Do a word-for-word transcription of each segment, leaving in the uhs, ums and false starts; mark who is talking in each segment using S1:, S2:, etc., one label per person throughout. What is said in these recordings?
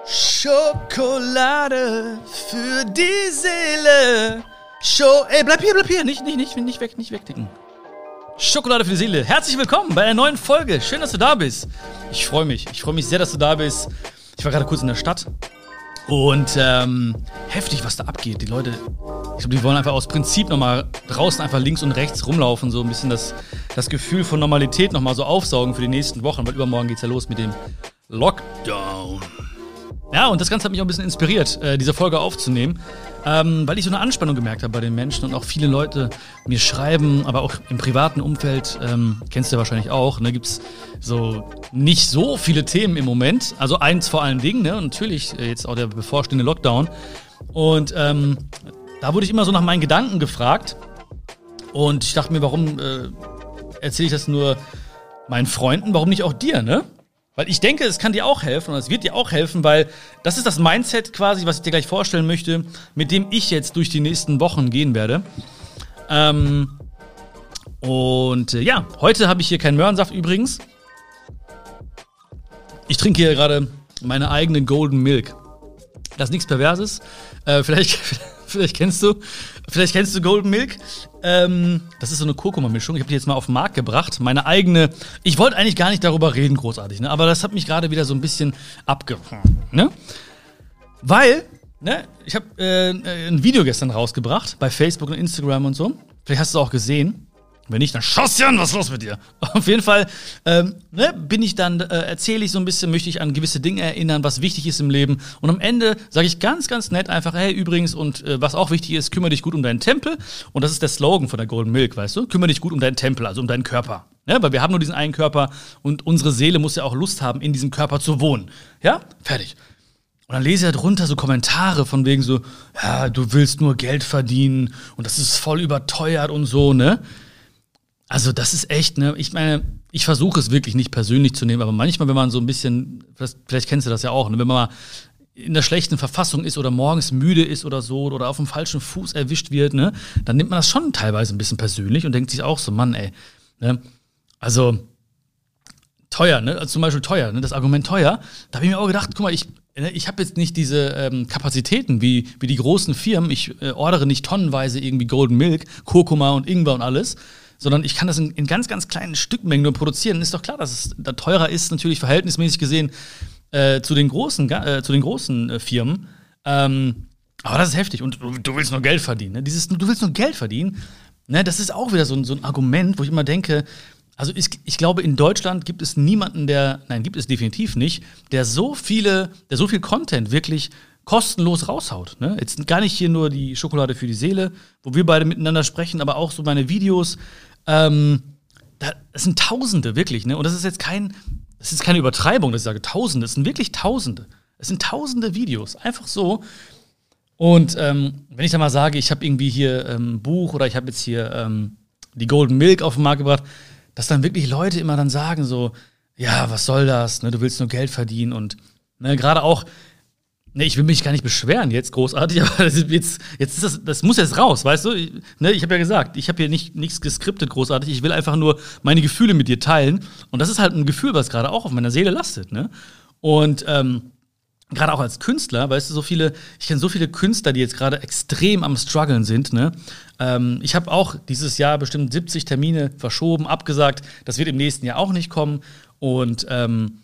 S1: Schokolade für die Seele. Scho Ey, bleib hier, bleib hier. Nicht, nicht, nicht, nicht weg, nicht wegticken. Schokolade für die Seele. Herzlich willkommen bei einer neuen Folge. Schön, dass du da bist. Ich freue mich. Ich freue mich sehr, dass du da bist. Ich war gerade kurz in der Stadt. Und ähm, heftig, was da abgeht. Die Leute, ich glaube, die wollen einfach aus Prinzip nochmal draußen einfach links und rechts rumlaufen. So ein bisschen das, das Gefühl von Normalität nochmal so aufsaugen für die nächsten Wochen. Weil übermorgen geht's ja los mit dem Lockdown. Ja, und das Ganze hat mich auch ein bisschen inspiriert, äh, diese Folge aufzunehmen, ähm, weil ich so eine Anspannung gemerkt habe bei den Menschen und auch viele Leute mir schreiben, aber auch im privaten Umfeld, ähm, kennst du ja wahrscheinlich auch, ne, gibt's so nicht so viele Themen im Moment, also eins vor allen Dingen, ne, und natürlich äh, jetzt auch der bevorstehende Lockdown. Und ähm, da wurde ich immer so nach meinen Gedanken gefragt und ich dachte mir, warum äh, erzähle ich das nur meinen Freunden, warum nicht auch dir, ne? Weil ich denke, es kann dir auch helfen und es wird dir auch helfen, weil das ist das Mindset quasi, was ich dir gleich vorstellen möchte, mit dem ich jetzt durch die nächsten Wochen gehen werde. Ähm, und äh, ja, heute habe ich hier keinen Möhrensaft übrigens. Ich trinke hier gerade meine eigene Golden Milk. Das ist nichts Perverses. Äh, vielleicht, vielleicht kennst du, vielleicht kennst du Golden Milk. Ähm, das ist so eine Kurkuma-Mischung. Ich habe die jetzt mal auf den Markt gebracht. Meine eigene. Ich wollte eigentlich gar nicht darüber reden, großartig, ne? Aber das hat mich gerade wieder so ein bisschen abgefangen, ne? Weil, ne? Ich habe äh, ein Video gestern rausgebracht bei Facebook und Instagram und so. Vielleicht hast du es auch gesehen. Wenn nicht, dann Schossian, was ist los mit dir? Auf jeden Fall ähm, ne, bin ich dann, äh, erzähle ich so ein bisschen, möchte ich an gewisse Dinge erinnern, was wichtig ist im Leben. Und am Ende sage ich ganz, ganz nett einfach, hey, übrigens, und äh, was auch wichtig ist, kümmere dich gut um deinen Tempel. Und das ist der Slogan von der Golden Milk, weißt du? Kümmere dich gut um deinen Tempel, also um deinen Körper. Ja, weil wir haben nur diesen einen Körper und unsere Seele muss ja auch Lust haben, in diesem Körper zu wohnen. Ja? Fertig. Und dann lese ich da drunter so Kommentare von wegen so, ja, du willst nur Geld verdienen und das ist voll überteuert und so, ne? Also das ist echt, ne, ich meine, ich versuche es wirklich nicht persönlich zu nehmen, aber manchmal, wenn man so ein bisschen, vielleicht kennst du das ja auch, ne, wenn man mal in der schlechten Verfassung ist oder morgens müde ist oder so oder auf dem falschen Fuß erwischt wird, ne, dann nimmt man das schon teilweise ein bisschen persönlich und denkt sich auch so, Mann, ey, ne, also teuer, ne, also zum Beispiel teuer, ne, das Argument teuer, da habe ich mir auch gedacht, guck mal, ich Ich habe jetzt nicht diese ähm, Kapazitäten wie, wie die großen Firmen. Ich äh, ordere nicht tonnenweise irgendwie Golden Milk, Kurkuma und Ingwer und alles, sondern ich kann das in, in ganz, ganz kleinen Stückmengen nur produzieren. Ist doch klar, dass es da teurer ist, natürlich verhältnismäßig gesehen äh, zu den großen, äh, zu den großen äh, Firmen. Ähm, aber das ist heftig. Und du, du willst nur Geld verdienen. Ne? Dieses, du willst nur Geld verdienen, ne? Das ist auch wieder so, so ein Argument, wo ich immer denke, also ich, ich glaube, in Deutschland gibt es niemanden, der, nein, gibt es definitiv nicht, der so viele, der so viel Content wirklich kostenlos raushaut. Ne? Jetzt gar nicht hier nur die Schokolade für die Seele, wo wir beide miteinander sprechen, aber auch so meine Videos. Ähm, da, das sind Tausende, wirklich. Ne? Und das ist jetzt kein, das ist keine Übertreibung, dass ich sage Tausende. Es sind wirklich Tausende. Es sind Tausende Videos, einfach so. Und ähm, wenn ich da mal sage, ich habe irgendwie hier ähm, ein Buch oder ich habe jetzt hier ähm, die Golden Milk auf den Markt gebracht, dass dann wirklich Leute immer dann sagen so, ja, was soll das, ne, du willst nur Geld verdienen und ne, gerade auch, ne, ich will mich gar nicht beschweren jetzt großartig, aber das ist jetzt, jetzt ist das, das muss jetzt raus, weißt du, ich, ne, ich habe ja gesagt, ich habe hier nicht nichts geskriptet großartig, ich will einfach nur meine Gefühle mit dir teilen und das ist halt ein Gefühl, was gerade auch auf meiner Seele lastet, ne, und ähm, gerade auch als Künstler, weißt du, so viele, ich kenne so viele Künstler, die jetzt gerade extrem am struggeln sind, ne? Ähm, ich habe auch dieses Jahr bestimmt siebzig Termine verschoben, abgesagt. Das wird im nächsten Jahr auch nicht kommen. Und ähm,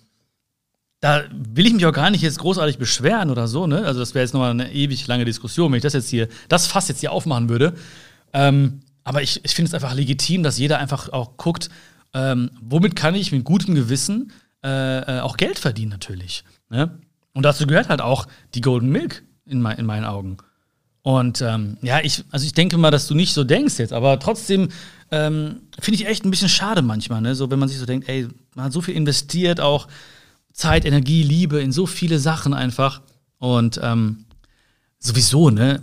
S1: da will ich mich auch gar nicht jetzt großartig beschweren oder so, ne? Also das wäre jetzt nochmal eine ewig lange Diskussion, wenn ich das jetzt hier, das Fass jetzt hier aufmachen würde. Ähm, aber ich, ich finde es einfach legitim, dass jeder einfach auch guckt, ähm, womit kann ich mit gutem Gewissen äh, auch Geld verdienen natürlich, ne? Und dazu gehört halt auch die Golden Milk in, mein, in meinen Augen. Und ähm, ja, ich, also ich denke mal, dass du nicht so denkst jetzt, aber trotzdem ähm, finde ich echt ein bisschen schade manchmal, ne? So, wenn man sich so denkt, ey, man hat so viel investiert, auch Zeit, Energie, Liebe in so viele Sachen einfach. Und ähm, sowieso, ne?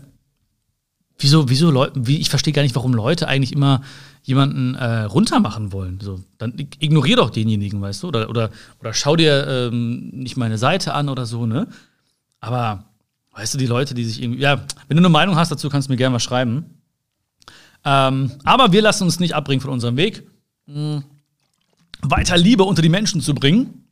S1: Wieso, wieso Leute, wie, ich verstehe gar nicht, warum Leute eigentlich immer jemanden äh, runtermachen wollen. So, dann ignorier doch denjenigen, weißt du? Oder, oder, oder schau dir ähm, nicht meine Seite an oder so, ne? Aber, weißt du, die Leute, die sich irgendwie. Ja, wenn du eine Meinung hast dazu, kannst du mir gerne mal schreiben. Ähm, aber wir lassen uns nicht abbringen von unserem Weg, mh, weiter Liebe unter die Menschen zu bringen.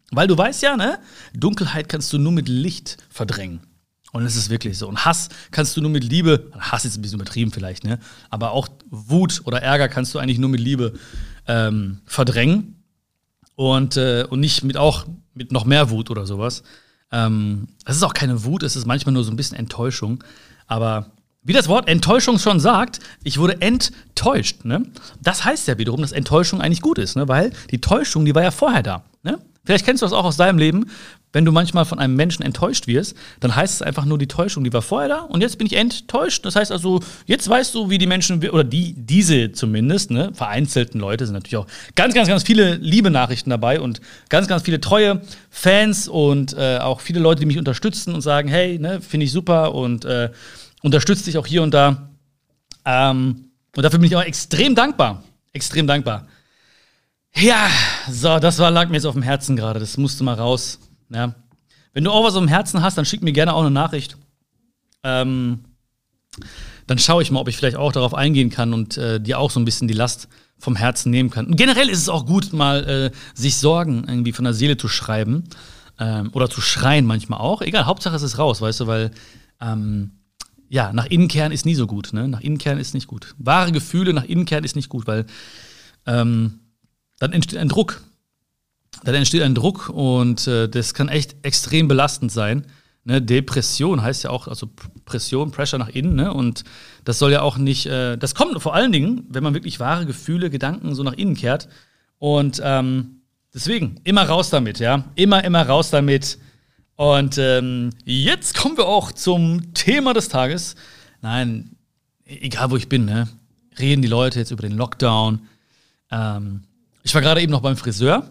S1: Weil du weißt ja, ne, Dunkelheit kannst du nur mit Licht verdrängen. Und es ist wirklich so. Und Hass kannst du nur mit Liebe, Hass ist ein bisschen übertrieben vielleicht, ne? Aber auch Wut oder Ärger kannst du eigentlich nur mit Liebe ähm, verdrängen. Und, äh, und nicht mit auch mit noch mehr Wut oder sowas. Ähm, es ist auch keine Wut, es ist manchmal nur so ein bisschen Enttäuschung. Aber wie das Wort Enttäuschung schon sagt, ich wurde enttäuscht. Ne? Das heißt ja wiederum, dass Enttäuschung eigentlich gut ist, ne? Weil die Täuschung, die war ja vorher da. Ne? Vielleicht kennst du das auch aus deinem Leben. Wenn du manchmal von einem Menschen enttäuscht wirst, dann heißt es einfach nur, die Täuschung, die war vorher da und jetzt bin ich enttäuscht. Das heißt also, jetzt weißt du, wie die Menschen, oder die, diese zumindest, ne, vereinzelten Leute, sind natürlich auch ganz, ganz, ganz viele liebe Nachrichten dabei und ganz, ganz viele treue Fans und äh, auch viele Leute, die mich unterstützen und sagen, hey, ne, finde ich super und äh, unterstützt dich auch hier und da. Ähm, und dafür bin ich auch extrem dankbar. Extrem dankbar. Ja, so, das war, lag mir jetzt auf dem Herzen gerade. Das musste mal raus. Ja. Wenn du auch was auf dem Herzen hast, dann schick mir gerne auch eine Nachricht. Ähm, dann schaue ich mal, ob ich vielleicht auch darauf eingehen kann und äh, dir auch so ein bisschen die Last vom Herzen nehmen kann. Und generell ist es auch gut, mal äh, sich Sorgen irgendwie von der Seele zu schreiben. Ähm, oder zu schreien manchmal auch. Egal, Hauptsache es ist raus, weißt du, weil ähm, ja, nach Innenkehren ist nie so gut. Ne? Nach Innenkehren ist nicht gut. Wahre Gefühle nach Innenkehren ist nicht gut, weil ähm, dann entsteht ein Druck. Dann entsteht ein Druck und äh, das kann echt extrem belastend sein. Ne? Depression heißt ja auch, also Pression, Pressure nach innen. Ne? Und das soll ja auch nicht, äh, das kommt vor allen Dingen, wenn man wirklich wahre Gefühle, Gedanken so nach innen kehrt. Und ähm, deswegen, immer raus damit, ja. Immer, immer raus damit. Und ähm, jetzt kommen wir auch zum Thema des Tages. Nein, egal wo ich bin, ne? Reden die Leute jetzt über den Lockdown. Ähm, ich war gerade eben noch beim Friseur,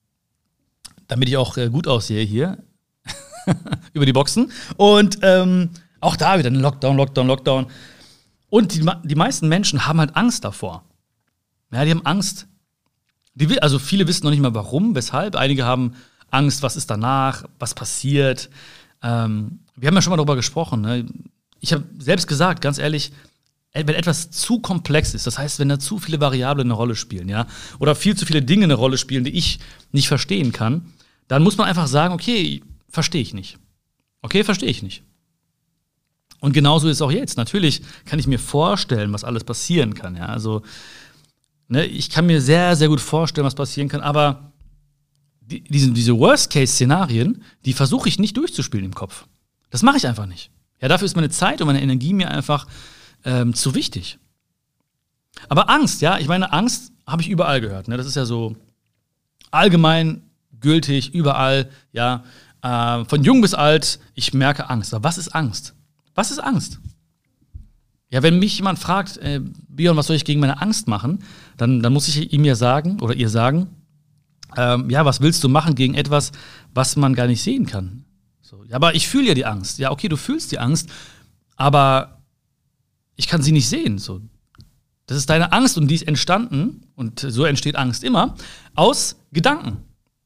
S1: damit ich auch äh, gut aussehe hier, über die Boxen. Und ähm, auch da wieder ein Lockdown, Lockdown, Lockdown. Und die, die meisten Menschen haben halt Angst davor. Ja, die haben Angst. Die, also viele wissen noch nicht mal warum, weshalb. Einige haben Angst, was ist danach, was passiert. Ähm, wir haben ja schon mal darüber gesprochen. Ne? Ich habe selbst gesagt, ganz ehrlich, wenn etwas zu komplex ist, das heißt, wenn da zu viele Variablen eine Rolle spielen, ja, oder viel zu viele Dinge eine Rolle spielen, die ich nicht verstehen kann, dann muss man einfach sagen, okay, verstehe ich nicht. Okay, verstehe ich nicht. Und genauso ist es auch jetzt. Natürlich kann ich mir vorstellen, was alles passieren kann, ja. Also, ne, ich kann mir sehr, sehr gut vorstellen, was passieren kann, aber die, diese, diese Worst-Case-Szenarien, die versuche ich nicht durchzuspielen im Kopf. Das mache ich einfach nicht. Ja, dafür ist meine Zeit und meine Energie mir einfach ähm, zu wichtig. Aber Angst, ja, ich meine, Angst habe ich überall gehört. Ne? Das ist ja so allgemein gültig, überall, ja, äh, von jung bis alt, ich merke Angst. Aber was ist Angst? Was ist Angst? Ja, wenn mich jemand fragt, äh, Björn, was soll ich gegen meine Angst machen, dann, dann muss ich ihm ja sagen, oder ihr sagen, ähm, ja, was willst du machen gegen etwas, was man gar nicht sehen kann? So, ja, aber ich fühle ja die Angst. Ja, okay, du fühlst die Angst, aber ich kann sie nicht sehen. So. Das ist deine Angst und die ist entstanden, und so entsteht Angst immer, aus Gedanken.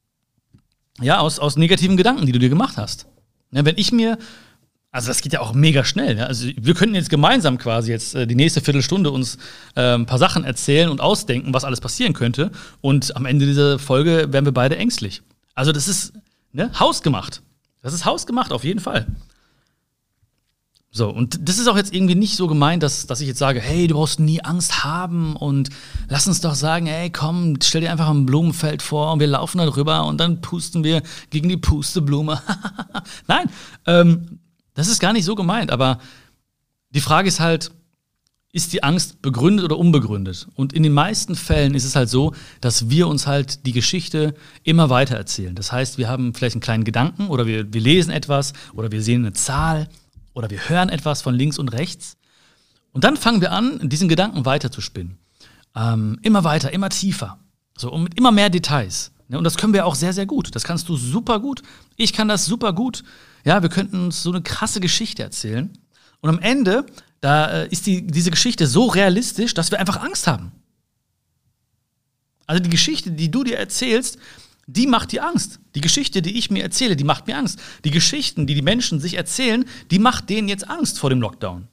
S1: Ja, aus, aus negativen Gedanken, die du dir gemacht hast. Ja, wenn ich mir, also das geht ja auch mega schnell. Ja? Also wir könnten jetzt gemeinsam quasi jetzt äh, die nächste Viertelstunde uns äh, ein paar Sachen erzählen und ausdenken, was alles passieren könnte. Und am Ende dieser Folge wären wir beide ängstlich. Also das ist ne, hausgemacht. Das ist hausgemacht, auf jeden Fall. So, und das ist auch jetzt irgendwie nicht so gemeint, dass, dass ich jetzt sage, hey, du brauchst nie Angst haben und lass uns doch sagen, hey, komm, stell dir einfach ein Blumenfeld vor und wir laufen da drüber und dann pusten wir gegen die Pusteblume. Nein, ähm, das ist gar nicht so gemeint, aber die Frage ist halt, ist die Angst begründet oder unbegründet? Und in den meisten Fällen ist es halt so, dass wir uns halt die Geschichte immer weiter erzählen. Das heißt, wir haben vielleicht einen kleinen Gedanken oder wir, wir lesen etwas oder wir sehen eine Zahl oder wir hören etwas von links und rechts. Und dann fangen wir an, diesen Gedanken weiter zu spinnen. Ähm, immer weiter, immer tiefer. So, und mit immer mehr Details. Ja, und das können wir auch sehr, sehr gut. Das kannst du super gut. Ich kann das super gut. Ja, wir könnten uns so eine krasse Geschichte erzählen. Und am Ende, da äh, ist die, diese Geschichte so realistisch, dass wir einfach Angst haben. Also die Geschichte, die du dir erzählst, die macht dir Angst. Die Geschichte, die ich mir erzähle, die macht mir Angst. Die Geschichten, die die Menschen sich erzählen, die macht denen jetzt Angst vor dem Lockdown.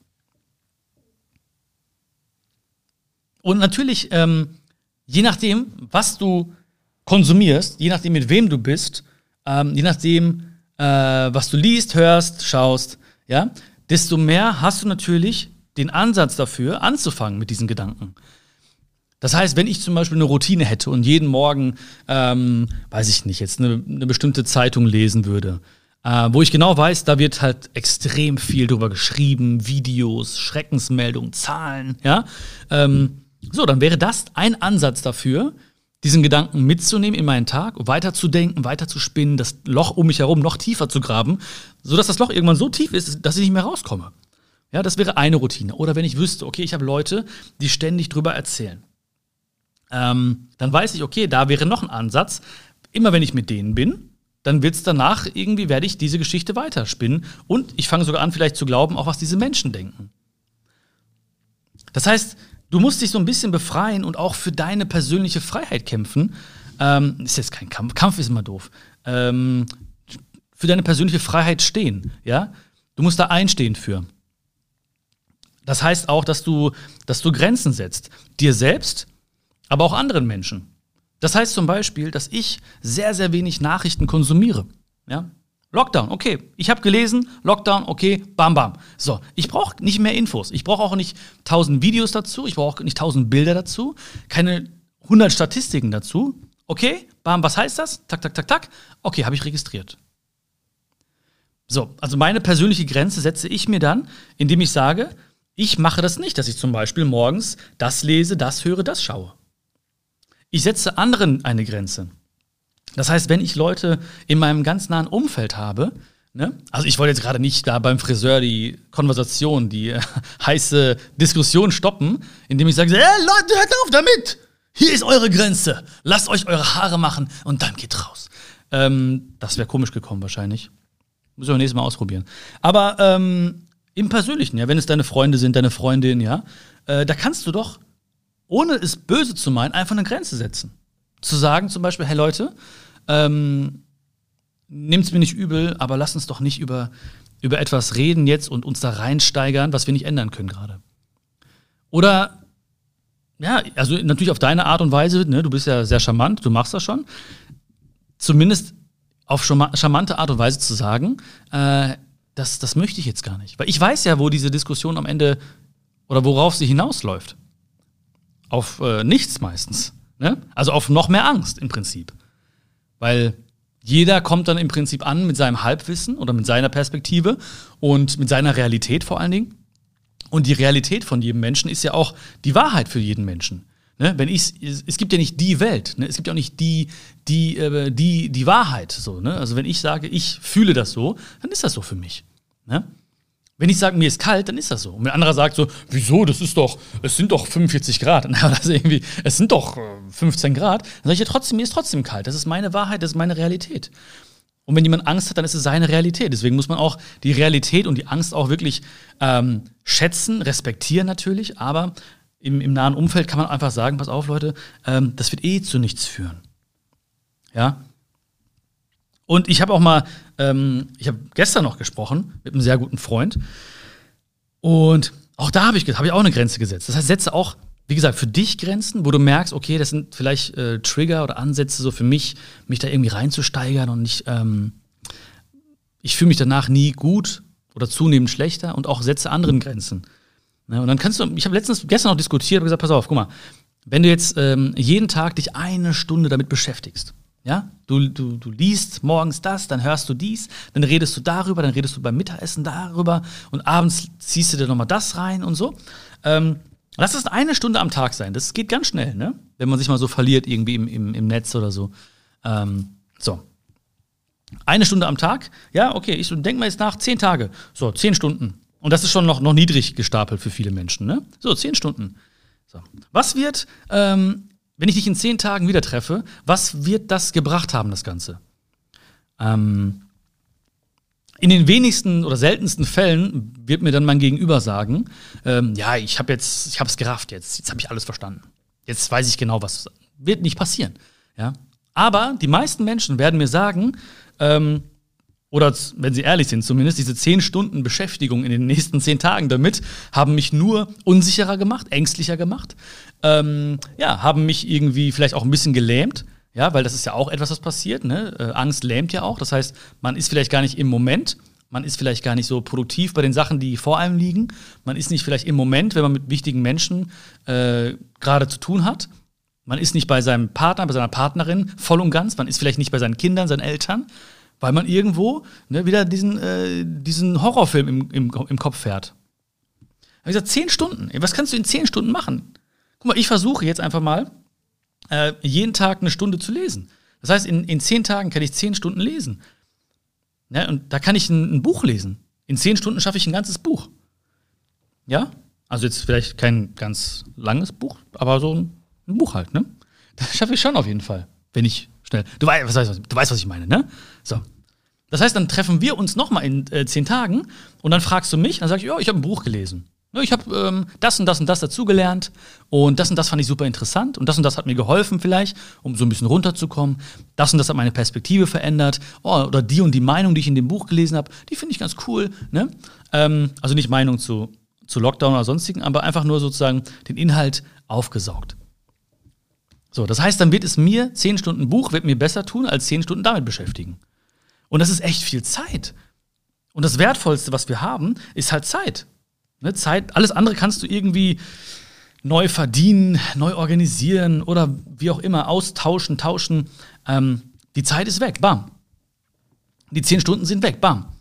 S1: Und natürlich, ähm, je nachdem, was du konsumierst, je nachdem, mit wem du bist, ähm, je nachdem, äh, was du liest, hörst, schaust, ja, desto mehr hast du natürlich den Ansatz dafür, anzufangen mit diesen Gedanken. Das heißt, wenn ich zum Beispiel eine Routine hätte und jeden Morgen, ähm, weiß ich nicht, jetzt eine, eine bestimmte Zeitung lesen würde, äh, wo ich genau weiß, da wird halt extrem viel drüber geschrieben, Videos, Schreckensmeldungen, Zahlen, ja, ähm, so, dann wäre das ein Ansatz dafür, diesen Gedanken mitzunehmen in meinen Tag, weiterzudenken, weiterzuspinnen, das Loch um mich herum noch tiefer zu graben, sodass das Loch irgendwann so tief ist, dass ich nicht mehr rauskomme. Ja, das wäre eine Routine. Oder wenn ich wüsste, okay, ich habe Leute, die ständig drüber erzählen. Ähm, dann weiß ich, okay, da wäre noch ein Ansatz. Immer wenn ich mit denen bin, dann wird's danach irgendwie, werde ich diese Geschichte weiterspinnen. Und ich fange sogar an, vielleicht zu glauben, auch was diese Menschen denken. Das heißt, du musst dich so ein bisschen befreien und auch für deine persönliche Freiheit kämpfen. Ähm, ist jetzt kein Kampf, Kampf ist immer doof. Ähm, für deine persönliche Freiheit stehen, ja? Du musst da einstehen für. Das heißt auch, dass du, dass du Grenzen setzt. Dir selbst, aber auch anderen Menschen. Das heißt zum Beispiel, dass ich sehr, sehr wenig Nachrichten konsumiere. Ja? Lockdown, okay. Ich habe gelesen, Lockdown, okay, bam, bam. So, ich brauche nicht mehr Infos. Ich brauche auch nicht tausend Videos dazu. Ich brauche auch nicht tausend Bilder dazu. Keine hundert Statistiken dazu. Okay, bam, was heißt das? Tak, tak, tak, tak. Okay, habe ich registriert. So, also meine persönliche Grenze setze ich mir dann, indem ich sage, ich mache das nicht, dass ich zum Beispiel morgens das lese, das höre, das schaue. Ich setze anderen eine Grenze. Das heißt, wenn ich Leute in meinem ganz nahen Umfeld habe, ne, also ich wollte jetzt gerade nicht da beim Friseur die Konversation, die äh, heiße Diskussion stoppen, indem ich sage, hey Leute, hört auf damit! Hier ist eure Grenze! Lasst euch eure Haare machen und dann geht raus. Ähm, das wäre komisch gekommen wahrscheinlich. Müssen wir nächstes Mal ausprobieren. Aber ähm, im Persönlichen, ja, wenn es deine Freunde sind, deine Freundin, ja, äh, da kannst du doch, ohne es böse zu meinen, einfach eine Grenze setzen. Zu sagen zum Beispiel, hey Leute, ähm, nehmt's mir nicht übel, aber lasst uns doch nicht über, über etwas reden jetzt und uns da reinsteigern, was wir nicht ändern können gerade. Oder, ja, also natürlich auf deine Art und Weise, ne, du bist ja sehr charmant, du machst das schon, zumindest auf charmante Art und Weise zu sagen, äh, Das, das möchte ich jetzt gar nicht. Weil ich weiß ja, wo diese Diskussion am Ende oder worauf sie hinausläuft. Auf äh, nichts meistens. Ne? Also auf noch mehr Angst im Prinzip. Weil jeder kommt dann im Prinzip an mit seinem Halbwissen oder mit seiner Perspektive und mit seiner Realität vor allen Dingen. Und die Realität von jedem Menschen ist ja auch die Wahrheit für jeden Menschen. Ne? Wenn ich, es gibt ja nicht die Welt, ne? Es gibt ja auch nicht die, die, äh, die, die Wahrheit. So, ne? Also wenn ich sage, ich fühle das so, dann ist das so für mich. Ne? Wenn ich sage, mir ist kalt, dann ist das so. Und wenn ein anderer sagt so, wieso, das ist doch, es sind doch fünfundvierzig Grad. Also irgendwie, es sind doch fünfzehn Grad. Dann sage ich ja trotzdem, mir ist trotzdem kalt. Das ist meine Wahrheit, das ist meine Realität. Und wenn jemand Angst hat, dann ist es seine Realität. Deswegen muss man auch die Realität und die Angst auch wirklich ähm, schätzen, respektieren natürlich. Aber im, im nahen Umfeld kann man einfach sagen, pass auf, Leute, ähm, das wird eh zu nichts führen. Ja? Und ich habe auch mal, ähm, ich habe gestern noch gesprochen mit einem sehr guten Freund. Und auch da habe ich, hab ich auch eine Grenze gesetzt. Das heißt, setze auch, wie gesagt, für dich Grenzen, wo du merkst, okay, das sind vielleicht äh, Trigger oder Ansätze so für mich, mich da irgendwie reinzusteigern und nicht, ähm, ich fühle mich danach nie gut oder zunehmend schlechter und auch setze anderen Grenzen. Ja, und dann kannst du, ich habe letztens, gestern noch diskutiert und gesagt, pass auf, guck mal, wenn du jetzt ähm, jeden Tag dich eine Stunde damit beschäftigst, ja, du, du, du liest morgens das, dann hörst du dies, dann redest du darüber, dann redest du beim Mittagessen darüber und abends ziehst du dir nochmal das rein und so. Ähm, lass das eine Stunde am Tag sein. Das geht ganz schnell, ne? Wenn man sich mal so verliert irgendwie im, im, im Netz oder so. Ähm, so. Eine Stunde am Tag, ja, okay, ich denke mal jetzt nach, zehn Tage. So, zehn Stunden. Und das ist schon noch, noch niedrig gestapelt für viele Menschen, ne? So, zehn Stunden. So. Was wird, ähm, wenn ich dich in zehn Tagen wieder treffe, was wird das gebracht haben, das Ganze? Ähm, in den wenigsten oder seltensten Fällen wird mir dann mein Gegenüber sagen, ähm, ja, ich habe jetzt, ich habe es gerafft jetzt, jetzt habe ich alles verstanden. Jetzt weiß ich genau, was wird nicht passieren. Ja? Aber die meisten Menschen werden mir sagen, ähm, oder wenn sie ehrlich sind zumindest, diese zehn Stunden Beschäftigung in den nächsten zehn Tagen damit haben mich nur unsicherer gemacht, ängstlicher gemacht, ähm, ja, haben mich irgendwie vielleicht auch ein bisschen gelähmt, Ja, weil das ist ja auch etwas, was passiert. Ne? Äh, Angst lähmt ja auch. Das heißt, man ist vielleicht gar nicht im Moment. Man ist vielleicht gar nicht so produktiv bei den Sachen, die vor einem liegen. Man ist nicht vielleicht im Moment, wenn man mit wichtigen Menschen äh, gerade zu tun hat. Man ist nicht bei seinem Partner, bei seiner Partnerin voll und ganz. Man ist vielleicht nicht bei seinen Kindern, seinen Eltern, weil man irgendwo ne, wieder diesen, äh, diesen Horrorfilm im, im, im Kopf fährt. Ich habe gesagt, zehn Stunden. Ey, was kannst du in zehn Stunden machen? Guck mal, ich versuche jetzt einfach mal, äh, jeden Tag eine Stunde zu lesen. Das heißt, in, in zehn Tagen kann ich zehn Stunden lesen. Ja, und da kann ich ein, ein Buch lesen. In zehn Stunden schaffe ich ein ganzes Buch. Ja? Also jetzt vielleicht kein ganz langes Buch, aber so ein, ein Buch halt, ne? Das schaffe ich schon auf jeden Fall, wenn ich schnell. Du, wei was heißt, du weißt, was ich meine, ne? So. Das heißt, dann treffen wir uns noch mal in äh, zehn Tagen und dann fragst du mich, dann sag ich, ja, ich habe ein Buch gelesen. Ich habe ähm, das und das und das dazugelernt und das und das fand ich super interessant und das und das hat mir geholfen vielleicht, um so ein bisschen runterzukommen. Das und das hat meine Perspektive verändert. Oh, oder die und die Meinung, die ich in dem Buch gelesen habe, die finde ich ganz cool. Ne? Ähm, also nicht Meinung zu, zu Lockdown oder sonstigen, aber einfach nur sozusagen den Inhalt aufgesaugt. So, das heißt, dann wird es mir, zehn Stunden Buch wird mir besser tun, als zehn Stunden damit beschäftigen. Und das ist echt viel Zeit. Und das Wertvollste, was wir haben, ist halt Zeit. Ne, Zeit, alles andere kannst du irgendwie neu verdienen, neu organisieren oder wie auch immer, austauschen, tauschen. Ähm, die Zeit ist weg, bam. Die zehn Stunden sind weg, bam.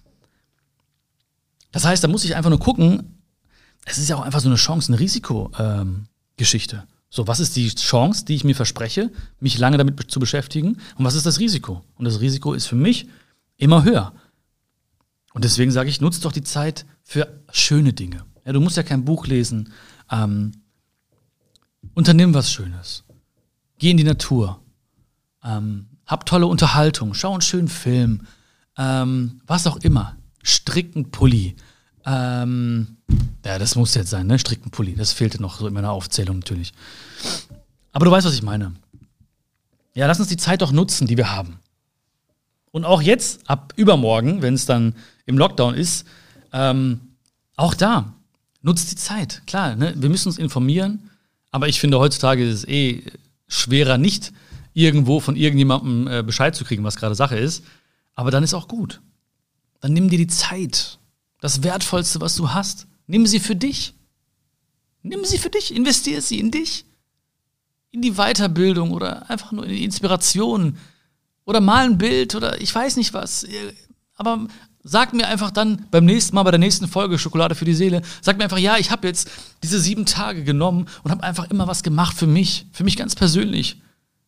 S1: Das heißt, da muss ich einfach nur gucken, es ist ja auch einfach so eine Chance, eine Risikogeschichte. Ähm, so, was ist die Chance, die ich mir verspreche, mich lange damit zu beschäftigen? Und was ist das Risiko? Und das Risiko ist für mich immer höher. Und deswegen sage ich, nutzt doch die Zeit für schöne Dinge. Ja, du musst ja kein Buch lesen. Ähm, unternimm was Schönes. Geh in die Natur. Ähm, hab tolle Unterhaltung. Schau einen schönen Film. Ähm, was auch immer. Strick einen Pulli. Ähm, ja, das muss jetzt sein, ne? Strick einen Pulli. Das fehlte noch so in meiner Aufzählung natürlich. Aber du weißt, was ich meine. Ja, lass uns die Zeit doch nutzen, die wir haben. Und auch jetzt, ab übermorgen, wenn es dann im Lockdown ist, ähm, auch da, nutzt die Zeit. Klar, ne? Wir müssen uns informieren, aber ich finde, heutzutage ist es eh schwerer, nicht irgendwo von irgendjemandem äh, Bescheid zu kriegen, was gerade Sache ist. Aber dann ist auch gut. Dann nimm dir die Zeit. Das Wertvollste, was du hast. Nimm sie für dich. Nimm sie für dich. Investier sie in dich. In die Weiterbildung oder einfach nur in die Inspiration. Oder mal ein Bild oder ich weiß nicht was. Aber sag mir einfach dann beim nächsten Mal, bei der nächsten Folge Schokolade für die Seele, sag mir einfach, ja, ich habe jetzt diese sieben Tage genommen und habe einfach immer was gemacht für mich. Für mich ganz persönlich.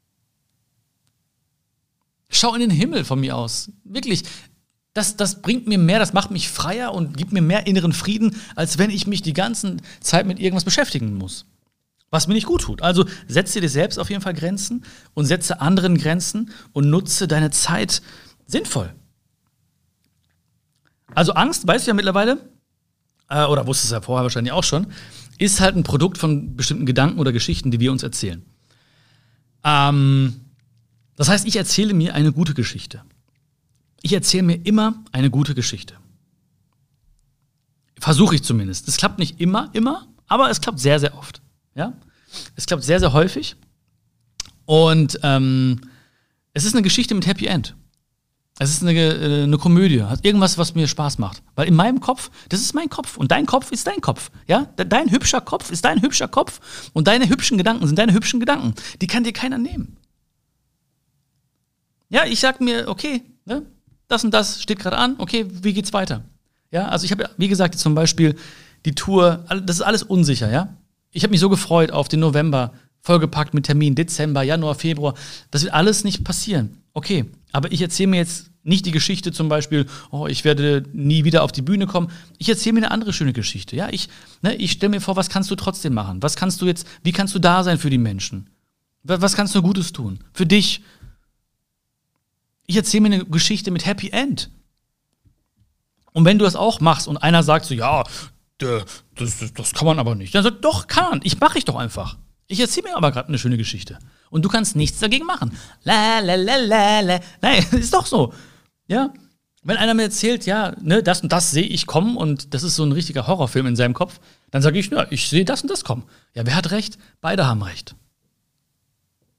S1: Schau in den Himmel von mir aus. Wirklich. Das, das bringt mir mehr, das macht mich freier und gibt mir mehr inneren Frieden, als wenn ich mich die ganze Zeit mit irgendwas beschäftigen muss. Was mir nicht gut tut. Also setze dir selbst auf jeden Fall Grenzen und setze anderen Grenzen und nutze deine Zeit sinnvoll. Also Angst, weißt du ja mittlerweile, äh, oder wusstest du ja vorher wahrscheinlich auch schon, ist halt ein Produkt von bestimmten Gedanken oder Geschichten, die wir uns erzählen. Ähm, das heißt, ich erzähle mir eine gute Geschichte. Ich erzähle mir immer eine gute Geschichte. Versuche ich zumindest. Das klappt nicht immer, immer, aber es klappt sehr, sehr oft. Ja? Es klappt sehr, sehr häufig. Und ähm, es ist eine Geschichte mit Happy End. Es ist eine, äh, eine Komödie. Irgendwas, was mir Spaß macht. Weil in meinem Kopf, das ist mein Kopf. Und dein Kopf ist dein Kopf. Ja? Dein hübscher Kopf ist dein hübscher Kopf. Und deine hübschen Gedanken sind deine hübschen Gedanken. Die kann dir keiner nehmen. Ja, ich sag mir, okay, ne? Das und das steht gerade an, okay, wie geht's weiter? Ja, also ich habe, wie gesagt, zum Beispiel die Tour, das ist alles unsicher, ja. Ich habe mich so gefreut auf den November, vollgepackt mit Termin, Dezember, Januar, Februar. Das wird alles nicht passieren. Okay, aber ich erzähle mir jetzt nicht die Geschichte zum Beispiel, oh, ich werde nie wieder auf die Bühne kommen. Ich erzähle mir eine andere schöne Geschichte, ja. Ich, ne, ich stelle mir vor, was kannst du trotzdem machen? Was kannst du jetzt, wie kannst du da sein für die Menschen? Was kannst du Gutes tun? Für dich? Ich erzähle mir eine Geschichte mit Happy End. Und wenn du das auch machst und einer sagt so, ja, das, das, das kann man aber nicht. Dann sagt, doch, kann man. Ich mache ich doch einfach. Ich erzähle mir aber gerade eine schöne Geschichte. Und du kannst nichts dagegen machen. La, la, la, la, la. Nein, ist doch so. Ja? Wenn einer mir erzählt, ja, ne, das und das sehe ich kommen und das ist so ein richtiger Horrorfilm in seinem Kopf, dann sage ich, ja, ich sehe das und das kommen. Ja, wer hat recht? Beide haben recht.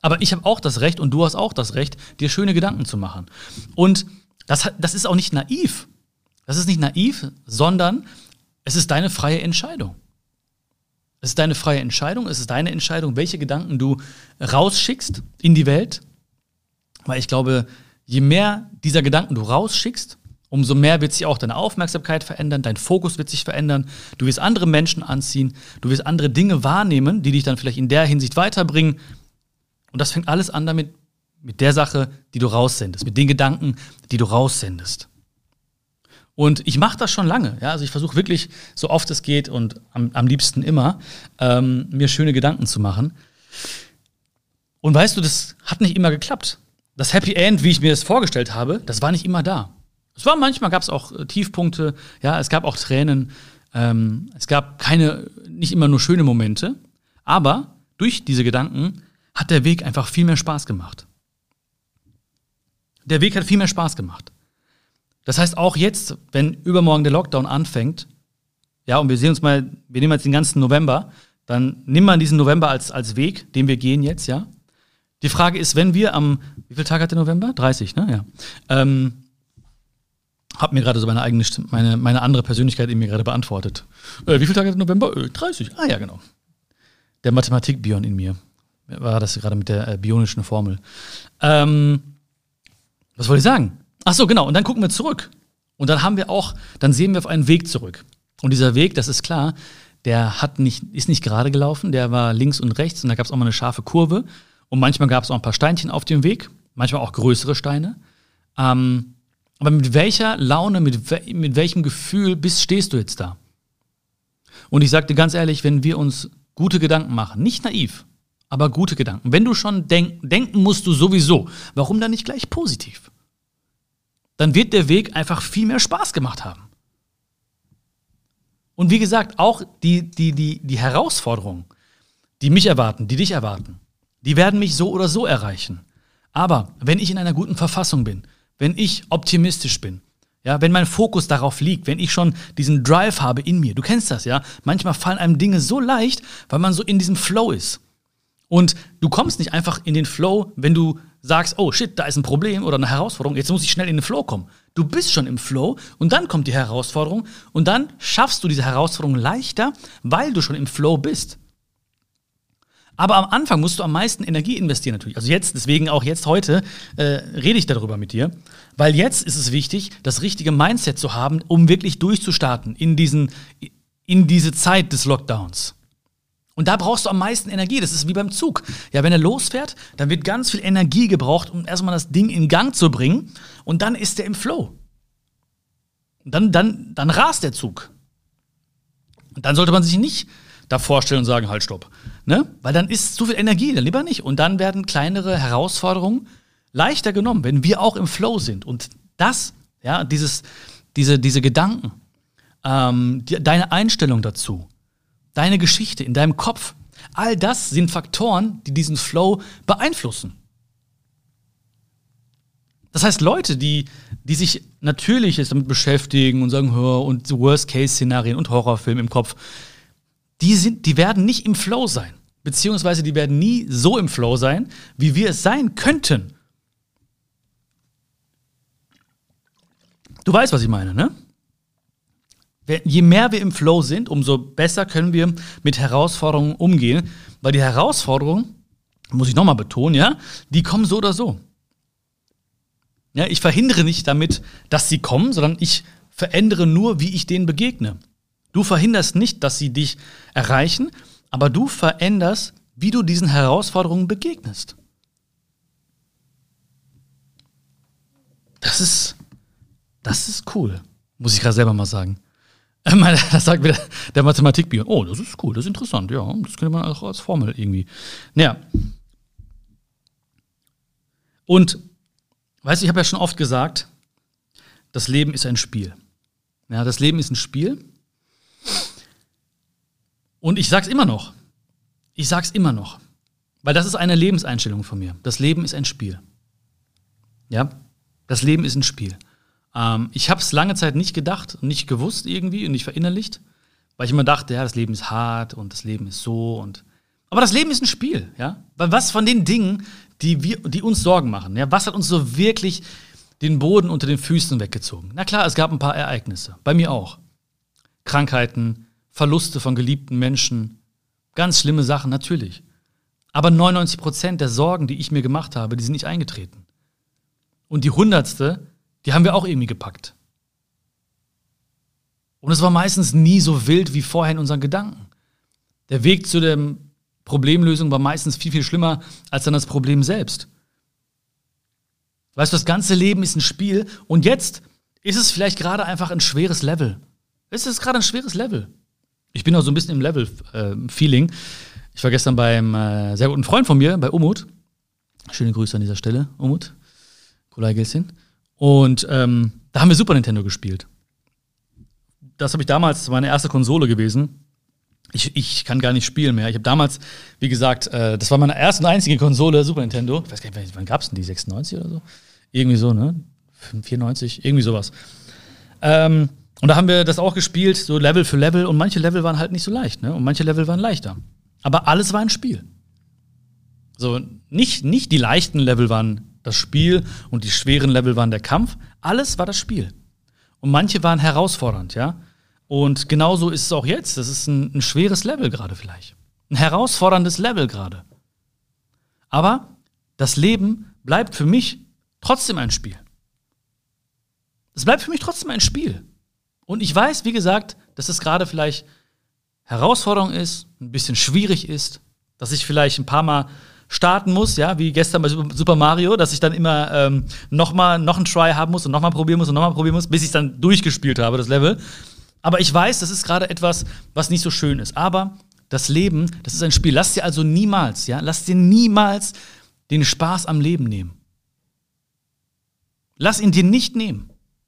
S1: Aber ich habe auch das Recht und du hast auch das Recht, dir schöne Gedanken zu machen. Und das, das ist auch nicht naiv. Das ist nicht naiv, sondern es ist deine freie Entscheidung. Es ist deine freie Entscheidung, es ist deine Entscheidung, welche Gedanken du rausschickst in die Welt. Weil ich glaube, je mehr dieser Gedanken du rausschickst, umso mehr wird sich auch deine Aufmerksamkeit verändern, dein Fokus wird sich verändern, du wirst andere Menschen anziehen, du wirst andere Dinge wahrnehmen, die dich dann vielleicht in der Hinsicht weiterbringen. Und das fängt alles an damit, mit der Sache, die du raussendest, mit den Gedanken, die du raussendest. Und ich mache das schon lange. Ja? Also ich versuche wirklich, so oft es geht und am, am liebsten immer, ähm, mir schöne Gedanken zu machen. Und weißt du, das hat nicht immer geklappt. Das Happy End, wie ich mir das vorgestellt habe, das war nicht immer da. Es war manchmal, gab es auch äh, Tiefpunkte, ja, es gab auch Tränen, ähm, es gab keine, nicht immer nur schöne Momente. Aber durch diese Gedanken hat der Weg einfach viel mehr Spaß gemacht. Der Weg hat viel mehr Spaß gemacht. Das heißt, auch jetzt, wenn übermorgen der Lockdown anfängt, ja, und wir sehen uns mal, wir nehmen jetzt den ganzen November, dann nimm mal diesen November als, als Weg, den wir gehen jetzt, ja. Die Frage ist, wenn wir am, wie viel Tag hat der November? dreißig, ne? Ja. Ähm, hab mir gerade so meine eigene, meine, meine andere Persönlichkeit in mir gerade beantwortet. Äh, wie viel Tage hat der November? Äh, dreißig. Ah ja, genau. Der Mathematik-Bion in mir. War das gerade mit der äh, bionischen Formel. Ähm, was wollte ich sagen? Ach so, genau. Und dann gucken wir zurück. Und dann haben wir auch, dann sehen wir auf einen Weg zurück. Und dieser Weg, das ist klar, der hat nicht, ist nicht gerade gelaufen, der war links und rechts und da gab es auch mal eine scharfe Kurve. Und manchmal gab es auch ein paar Steinchen auf dem Weg, manchmal auch größere Steine. Ähm, aber mit welcher Laune, mit, we- mit welchem Gefühl bist, stehst du jetzt da? Und ich sag dir ganz ehrlich, wenn wir uns gute Gedanken machen, nicht naiv, aber gute Gedanken. Wenn du schon denk, denken musst du sowieso, warum dann nicht gleich positiv? Dann wird der Weg einfach viel mehr Spaß gemacht haben. Und wie gesagt, auch die, die, die, die Herausforderungen, die mich erwarten, die dich erwarten, die werden mich so oder so erreichen. Aber wenn ich in einer guten Verfassung bin, wenn ich optimistisch bin, ja, wenn mein Fokus darauf liegt, wenn ich schon diesen Drive habe in mir, du kennst das, ja, manchmal fallen einem Dinge so leicht, weil man so in diesem Flow ist. Und du kommst nicht einfach in den Flow, wenn du sagst, oh shit, da ist ein Problem oder eine Herausforderung, jetzt muss ich schnell in den Flow kommen. Du bist schon im Flow und dann kommt die Herausforderung und dann schaffst du diese Herausforderung leichter, weil du schon im Flow bist. Aber am Anfang musst du am meisten Energie investieren natürlich. Also jetzt, deswegen auch jetzt heute, äh, rede ich darüber mit dir. Weil jetzt ist es wichtig, das richtige Mindset zu haben, um wirklich durchzustarten in, diesen, in diese Zeit des Lockdowns. Und da brauchst du am meisten Energie. Das ist wie beim Zug. Ja, wenn er losfährt, dann wird ganz viel Energie gebraucht, um erstmal das Ding in Gang zu bringen. Und dann ist er im Flow. Und dann, dann, dann rast der Zug. Und dann sollte man sich nicht da vorstellen und sagen, halt, stopp. Ne? Weil dann ist zu viel Energie, dann lieber nicht. Und dann werden kleinere Herausforderungen leichter genommen, wenn wir auch im Flow sind. Und das, ja, dieses, diese, diese Gedanken, ähm, die, deine Einstellung dazu, deine Geschichte in deinem Kopf, all das sind Faktoren, die diesen Flow beeinflussen. Das heißt, Leute, die, die sich natürlich jetzt damit beschäftigen und sagen, hör, und so Worst-Case-Szenarien und Horrorfilme im Kopf, die, sind, die werden nicht im Flow sein. Beziehungsweise die werden nie so im Flow sein, wie wir es sein könnten. Du weißt, was ich meine, ne? Je mehr wir im Flow sind, umso besser können wir mit Herausforderungen umgehen. Weil die Herausforderungen, muss ich nochmal betonen, ja, die kommen so oder so. Ja, ich verhindere nicht damit, dass sie kommen, sondern ich verändere nur, wie ich denen begegne. Du verhinderst nicht, dass sie dich erreichen, aber du veränderst, wie du diesen Herausforderungen begegnest. Das ist, das ist cool, muss ich gerade selber mal sagen. Das sagt wieder der Mathematik-Bio. Oh, das ist cool, das ist interessant, ja, das könnte man auch als Formel irgendwie. Naja. Und, weißt du, ich habe ja schon oft gesagt, das Leben ist ein Spiel. Ja, das Leben ist ein Spiel. Und ich sag's immer noch. Ich sag's immer noch. Weil das ist eine Lebenseinstellung von mir. Das Leben ist ein Spiel. Ja? Das Leben ist ein Spiel. Ähm, ich habe es lange Zeit nicht gedacht und nicht gewusst irgendwie und nicht verinnerlicht, weil ich immer dachte, ja, das Leben ist hart und das Leben ist so und Aber das Leben ist ein Spiel, ja? Weil was von den Dingen, die, wir, die uns Sorgen machen, ja, was hat uns so wirklich den Boden unter den Füßen weggezogen? Na klar, es gab ein paar Ereignisse. Bei mir auch. Krankheiten, Verluste von geliebten Menschen, ganz schlimme Sachen, natürlich. Aber neunundneunzig Prozent der Sorgen, die ich mir gemacht habe, die sind nicht eingetreten. Und die hundertste, die haben wir auch irgendwie gepackt. Und es war meistens nie so wild wie vorher in unseren Gedanken. Der Weg zu der Problemlösung war meistens viel, viel schlimmer als dann das Problem selbst. Weißt du, das ganze Leben ist ein Spiel und jetzt ist es vielleicht gerade einfach ein schweres Level. Es ist gerade ein schweres Level. Ich bin auch so ein bisschen im Level-Feeling. Ich war gestern beim äh, sehr guten Freund von mir, bei Umut. Schöne Grüße an dieser Stelle, Umut. Kolai Gelsin. Und ähm, da haben wir Super Nintendo gespielt. Das habe ich damals, meine erste Konsole gewesen. Ich, ich kann gar nicht spielen mehr. Ich habe damals, wie gesagt, äh, das war meine erste und einzige Konsole, Super Nintendo. Ich weiß gar nicht, wann gab es denn die? sechsundneunzig oder so? Irgendwie so, ne? vierundneunzig, irgendwie sowas. Ähm, und da haben wir das auch gespielt, so Level für Level. Und manche Level waren halt nicht so leicht, ne? Und manche Level waren leichter. Aber alles war ein Spiel. So, nicht, nicht die leichten Level waren das Spiel und die schweren Level waren der Kampf. Alles war das Spiel. Und manche waren herausfordernd, ja? Und genauso ist es auch jetzt. Das ist ein, ein schweres Level gerade vielleicht. Ein herausforderndes Level gerade. Aber das Leben bleibt für mich trotzdem ein Spiel. Es bleibt für mich trotzdem ein Spiel. Und ich weiß, wie gesagt, dass es gerade vielleicht Herausforderung ist, ein bisschen schwierig ist, dass ich vielleicht ein paar Mal starten muss, ja, wie gestern bei Super Mario, dass ich dann immer ähm, noch mal noch einen Try haben muss und noch mal probieren muss und noch mal probieren muss, bis ich dann durchgespielt habe, das Level. Aber ich weiß, das ist gerade etwas, was nicht so schön ist. Aber das Leben, das ist ein Spiel. Lass dir also niemals, ja, lass dir niemals den Spaß am Leben nehmen. Lass ihn dir nicht nehmen.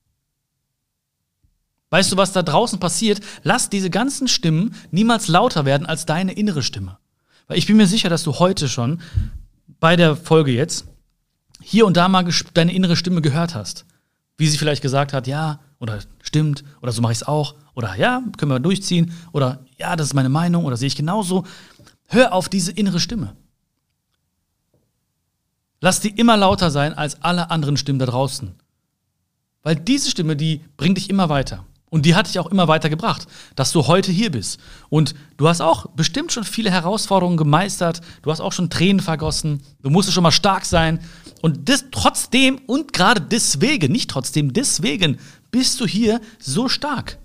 S1: Weißt du, was da draußen passiert? Lass diese ganzen Stimmen niemals lauter werden als deine innere Stimme. Weil ich bin mir sicher, dass du heute schon bei der Folge jetzt hier und da mal deine innere Stimme gehört hast. Wie sie vielleicht gesagt hat, ja, oder stimmt, oder so mache ich es auch, oder ja, können wir durchziehen, oder ja, das ist meine Meinung, oder sehe ich genauso. Hör auf diese innere Stimme. Lass die immer lauter sein als alle anderen Stimmen da draußen. Weil diese Stimme, die bringt dich immer weiter. Und die hat dich auch immer weiter gebracht, dass du heute hier bist. Und du hast auch bestimmt schon viele Herausforderungen gemeistert. Du hast auch schon Tränen vergossen. Du musstest schon mal stark sein. Und das, trotzdem und gerade deswegen, nicht trotzdem, deswegen bist du hier so stark.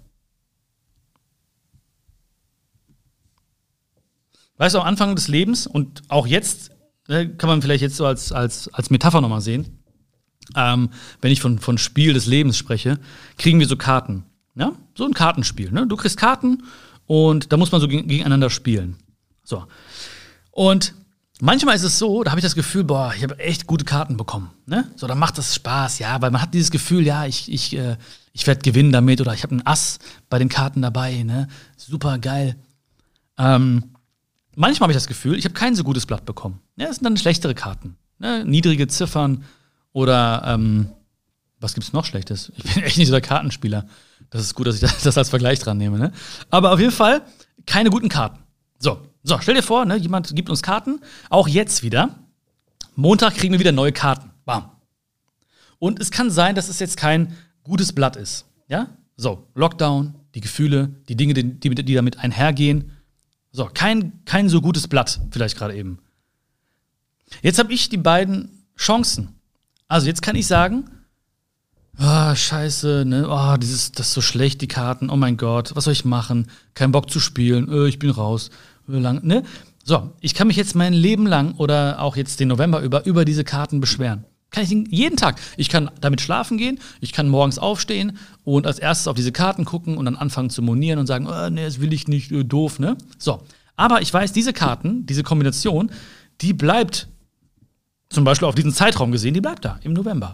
S1: Weißt du, am Anfang des Lebens und auch jetzt, kann man vielleicht jetzt so als, als, als Metapher nochmal sehen, ähm, wenn ich von, von Spiel des Lebens spreche, kriegen wir so Karten. Ja? So ein Kartenspiel. Ne? Du kriegst Karten und da muss man so gegeneinander spielen. So. Und manchmal ist es so, da habe ich das Gefühl, boah, ich habe echt gute Karten bekommen. Ne? So, dann macht das Spaß, ja, weil man hat dieses Gefühl, ja, ich, ich, äh, ich werde gewinnen damit oder ich habe einen Ass bei den Karten dabei. Ne? Super geil. Ähm, manchmal habe ich das Gefühl, ich habe kein so gutes Blatt bekommen. Ja, das sind dann schlechtere Karten. Ne? Niedrige Ziffern oder ähm, was gibt's noch Schlechtes? Ich bin echt nicht so der Kartenspieler. Das ist gut, dass ich das als Vergleich dran nehme. Ne? Aber auf jeden Fall keine guten Karten. So, so stell dir vor, ne, jemand gibt uns Karten. Auch jetzt wieder. Montag kriegen wir wieder neue Karten. Bam. Und es kann sein, dass es jetzt kein gutes Blatt ist. Ja? So, Lockdown, die Gefühle, die Dinge, die, die damit einhergehen. So, kein, kein so gutes Blatt, vielleicht gerade eben. Jetzt habe ich die beiden Chancen. Also jetzt kann ich sagen, ah, oh, scheiße, ne, oh, dieses, das ist so schlecht, die Karten, oh mein Gott, was soll ich machen? Kein Bock zu spielen, äh, ich bin raus, äh, lang, ne? So, ich kann mich jetzt mein Leben lang oder auch jetzt den November über, über diese Karten beschweren. Kann ich jeden Tag. Ich kann damit schlafen gehen, ich kann morgens aufstehen und als erstes auf diese Karten gucken und dann anfangen zu monieren und sagen, oh, ne, das will ich nicht, äh, doof, ne? So, aber ich weiß, diese Karten, diese Kombination, die bleibt zum Beispiel auf diesen Zeitraum gesehen, die bleibt da im November.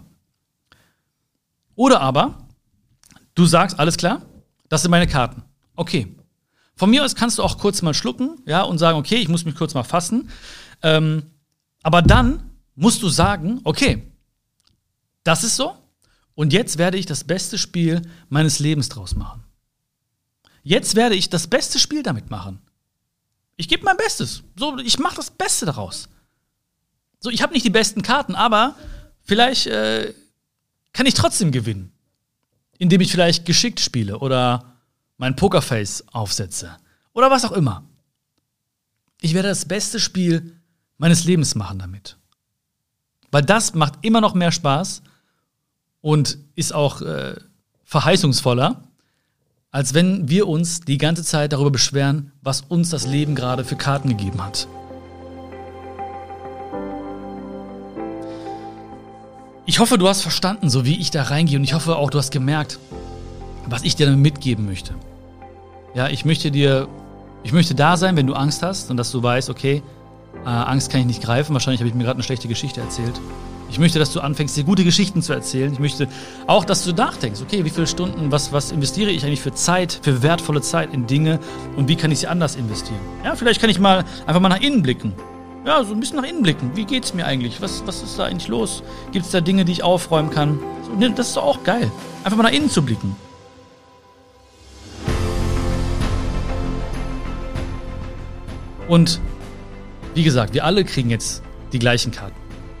S1: Oder aber, du sagst, alles klar, das sind meine Karten. Okay. Von mir aus kannst du auch kurz mal schlucken, ja, und sagen, okay, ich muss mich kurz mal fassen. Ähm, aber dann musst du sagen, okay, das ist so und jetzt werde ich das beste Spiel meines Lebens draus machen. Jetzt werde ich das beste Spiel damit machen. Ich gebe mein Bestes. So, ich mache das Beste daraus. So, ich habe nicht die besten Karten, aber vielleicht äh, kann ich trotzdem gewinnen. Indem ich vielleicht geschickt spiele oder mein Pokerface aufsetze. Oder was auch immer. Ich werde das beste Spiel meines Lebens machen damit. Weil das macht immer noch mehr Spaß und ist auch äh, verheißungsvoller, als wenn wir uns die ganze Zeit darüber beschweren, was uns das Leben gerade für Karten gegeben hat. Ich hoffe, du hast verstanden, so wie ich da reingehe, und ich hoffe auch, du hast gemerkt, was ich dir damit mitgeben möchte. Ja, ich möchte dir, ich möchte da sein, wenn du Angst hast und dass du weißt, okay, äh, Angst kann ich nicht greifen, wahrscheinlich habe ich mir gerade eine schlechte Geschichte erzählt. Ich möchte, dass du anfängst, dir gute Geschichten zu erzählen. Ich möchte auch, dass du nachdenkst, okay, wie viele Stunden, was, was investiere ich eigentlich für Zeit, für wertvolle Zeit in Dinge und wie kann ich sie anders investieren? Ja, vielleicht kann ich mal einfach mal nach innen blicken. Ja, so ein bisschen nach innen blicken. Wie geht's mir eigentlich? Was, was ist da eigentlich los? Gibt es da Dinge, die ich aufräumen kann? So, ne, das ist doch auch geil. Einfach mal nach innen zu blicken. Und wie gesagt, wir alle kriegen jetzt die gleichen Karten.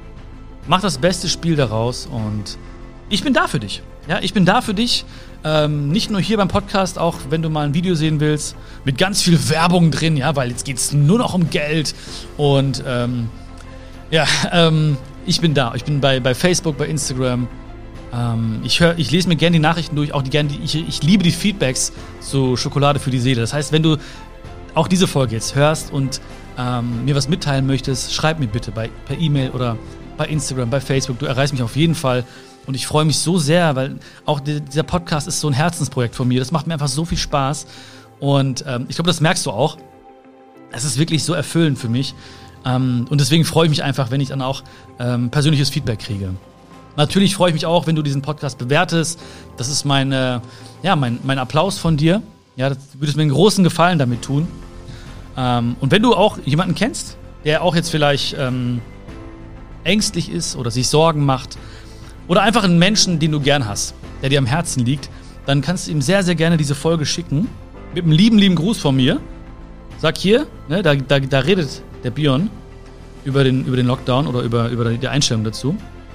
S1: Mach das beste Spiel daraus und ich bin da für dich. Ja, ich bin da für dich. Ähm, nicht nur hier beim Podcast, auch wenn du mal ein Video sehen willst, mit ganz viel Werbung drin, ja, weil jetzt geht es nur noch um Geld. Und ähm, ja, ähm, ich bin da. Ich bin bei, bei Facebook, bei Instagram. Ähm, ich, hör, ich lese mir gerne die Nachrichten durch, auch die gerne, die, ich, ich liebe die Feedbacks zu Schokolade für die Seele. Das heißt, wenn du auch diese Folge jetzt hörst und ähm, mir was mitteilen möchtest, schreib mir bitte bei, per E-Mail oder bei Instagram, bei Facebook. Du erreichst mich auf jeden Fall. Und ich freue mich so sehr, weil auch die, dieser Podcast ist so ein Herzensprojekt von mir. Das macht mir einfach so viel Spaß. Und ähm, ich glaube, das merkst du auch. Es ist wirklich so erfüllend für mich. Ähm, und deswegen freue ich mich einfach, wenn ich dann auch ähm, persönliches Feedback kriege. Natürlich freue ich mich auch, wenn du diesen Podcast bewertest. Das ist mein, äh, ja, mein, mein Applaus von dir. Ja, das würdest mir einen großen Gefallen damit tun. Ähm, und wenn du auch jemanden kennst, der auch jetzt vielleicht ähm, ängstlich ist oder sich Sorgen macht oder einfach einen Menschen, den du gern hast, der dir am Herzen liegt, dann kannst du ihm sehr, sehr gerne diese Folge schicken. Mit einem lieben, lieben Gruß von mir. Sag hier, ne, da, da, da redet der Björn über den, über den Lockdown oder über, über die Einstellung dazu.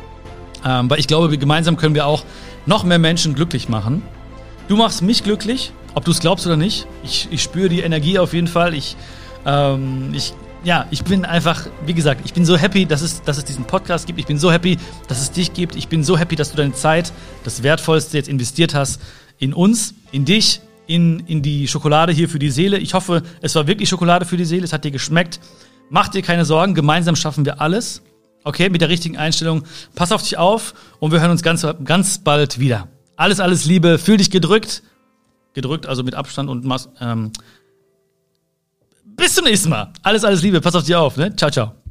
S1: Ähm, weil ich glaube, gemeinsam können wir auch noch mehr Menschen glücklich machen. Du machst mich glücklich, ob du es glaubst oder nicht. Ich, ich spüre die Energie auf jeden Fall. Ich, ähm, ich Ja, ich bin einfach, wie gesagt, ich bin so happy, dass es, dass es diesen Podcast gibt. Ich bin so happy, dass es dich gibt. Ich bin so happy, dass du deine Zeit, das Wertvollste jetzt investiert hast, in uns, in dich, in, in die Schokolade hier für die Seele. Ich hoffe, es war wirklich Schokolade für die Seele. Es hat dir geschmeckt. Mach dir keine Sorgen. Gemeinsam schaffen wir alles. Okay, mit der richtigen Einstellung. Pass auf dich auf und wir hören uns ganz, ganz bald wieder. Alles, alles Liebe. Fühl dich gedrückt. Gedrückt, also mit Abstand und Mas- ähm, Bis zum nächsten Mal. Alles, alles Liebe. Pass auf dich auf, ne? Ciao, ciao.